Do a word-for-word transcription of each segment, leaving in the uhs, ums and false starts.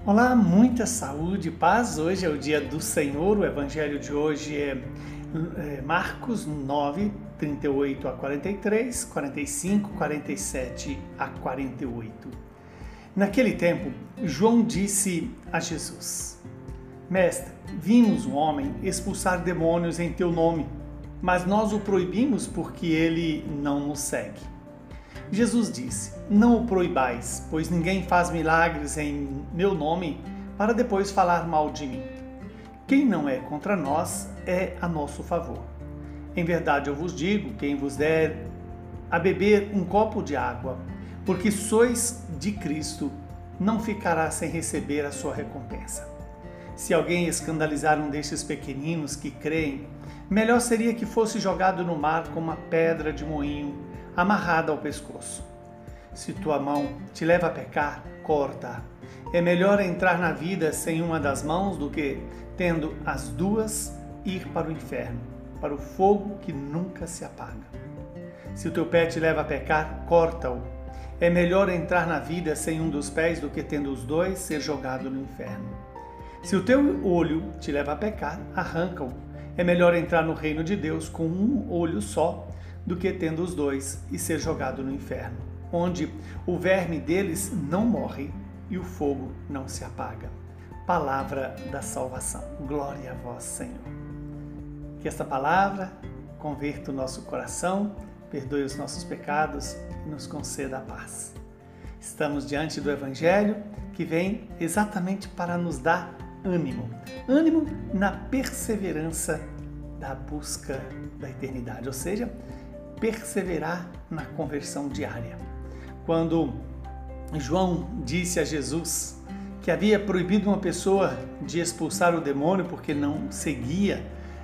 Olá, muita saúde e paz. Hoje é o dia do Senhor. O evangelho de hoje é, é Marcos nove, trinta e oito a quarenta e três, quarenta e cinco, quarenta e sete a quarenta e oito. Naquele tempo, João disse a Jesus: Mestre, vimos um homem expulsar demônios em teu nome, mas nós o proibimos porque ele não nos segue. Jesus disse: Não o proibais, pois ninguém faz milagres em meu nome para depois falar mal de mim. Quem não é contra nós é a nosso favor. Em verdade eu vos digo, quem vos der a beber um copo de água, porque sois de Cristo, não ficará sem receber a sua recompensa. Se alguém escandalizar um destes pequeninos que creem, melhor seria que fosse jogado no mar com uma pedra de moinho amarrada ao pescoço. Se tua mão te leva a pecar, corta. É melhor entrar na vida sem uma das mãos do que, tendo as duas, ir para o inferno, para o fogo que nunca se apaga. Se o teu pé te leva a pecar, corta-o. É melhor entrar na vida sem um dos pés do que, tendo os dois, ser jogado no inferno. Se o teu olho te leva a pecar, arranca-o. É melhor entrar no reino de Deus com um olho só do que tendo os dois e ser jogado no inferno, onde o verme deles não morre e o fogo não se apaga. Palavra da salvação. Glória a vós, Senhor. Que esta palavra converta o nosso coração, perdoe os nossos pecados e nos conceda a paz. Estamos diante do Evangelho que vem exatamente para nos dar ânimo. Ânimo na perseverança da busca da eternidade, ou seja, perseverar na conversão diária. Quando João disse a Jesus que havia proibido uma pessoa de expulsar o demônio porque não seguia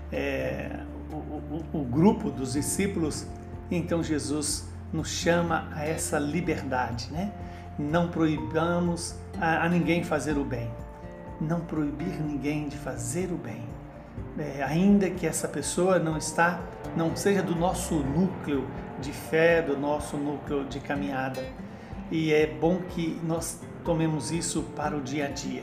é, o, o, o grupo dos discípulos, então Jesus nos chama a essa liberdade, né? Não proibamos a, a ninguém fazer o bem, não proibir ninguém de fazer o bem. É, ainda que essa pessoa não está, não seja do nosso núcleo de fé, do nosso núcleo de caminhada. E é bom que nós tomemos isso para o dia a dia.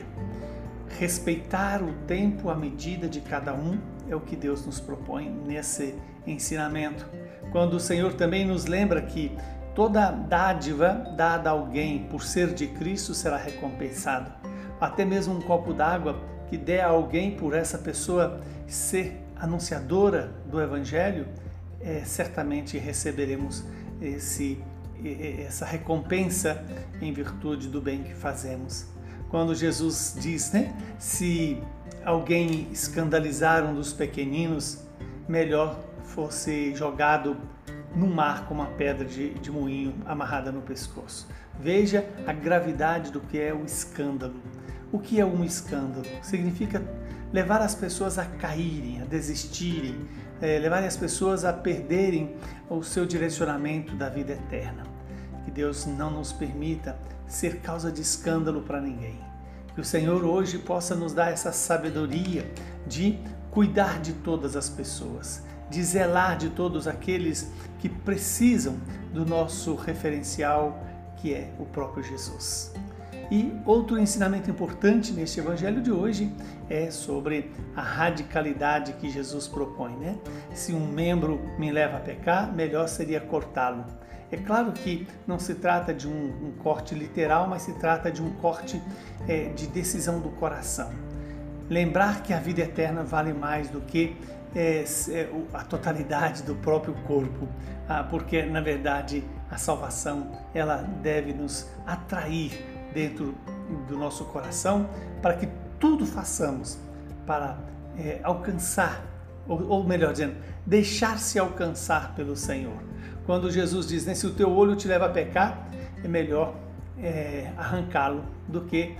Respeitar o tempo, a medida de cada um, é o que Deus nos propõe nesse ensinamento. Quando o Senhor também nos lembra que toda dádiva dada a alguém por ser de Cristo será recompensado. Até mesmo um copo d'água que der a alguém por essa pessoa ser anunciadora do Evangelho, é, certamente receberemos esse, essa recompensa em virtude do bem que fazemos. Quando Jesus diz, né, se alguém escandalizar um dos pequeninos, melhor fosse jogado no mar com uma pedra de, de moinho amarrada no pescoço. Veja a gravidade do que é o escândalo. O que é um escândalo? Significa levar as pessoas a caírem, a desistirem, é, levar as pessoas a perderem o seu direcionamento da vida eterna. Que Deus não nos permita ser causa de escândalo para ninguém. Que o Senhor hoje possa nos dar essa sabedoria de cuidar de todas as pessoas, de zelar de todos aqueles que precisam do nosso referencial, que é o próprio Jesus. E outro ensinamento importante neste evangelho de hoje é sobre a radicalidade que Jesus propõe, né? Se um membro me leva a pecar, melhor seria cortá-lo. É claro que não se trata de um, um corte literal, mas se trata de um corte é, de decisão do coração. Lembrar que a vida eterna vale mais do que é, é, a totalidade do próprio corpo, ah, porque na verdade a salvação ela deve nos atrair dentro do nosso coração, para que tudo façamos para é, alcançar, ou, ou melhor dizendo, deixar-se alcançar pelo Senhor. Quando Jesus diz, né, se o teu olho te leva a pecar, é melhor é, arrancá-lo do que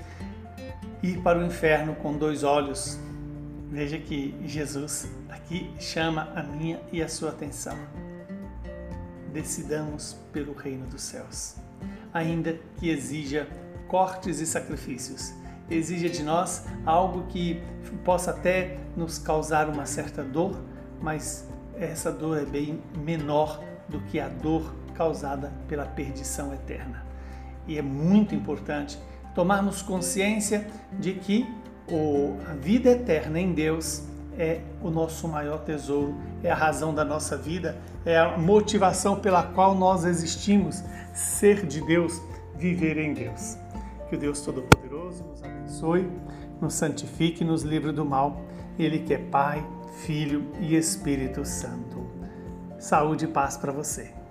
ir para o inferno com dois olhos. Veja que Jesus aqui chama a minha e a sua atenção. Decidamos pelo reino dos céus, ainda que exija cortes e sacrifícios. Exige de nós algo que possa até nos causar uma certa dor, mas essa dor é bem menor do que a dor causada pela perdição eterna. E é muito importante tomarmos consciência de que o, a vida eterna em Deus é o nosso maior tesouro, é a razão da nossa vida, é a motivação pela qual nós existimos, ser de Deus, viver em Deus. Que o Deus Todo-Poderoso nos abençoe, nos santifique e nos livre do mal. Ele que é Pai, Filho e Espírito Santo. Saúde e paz para você.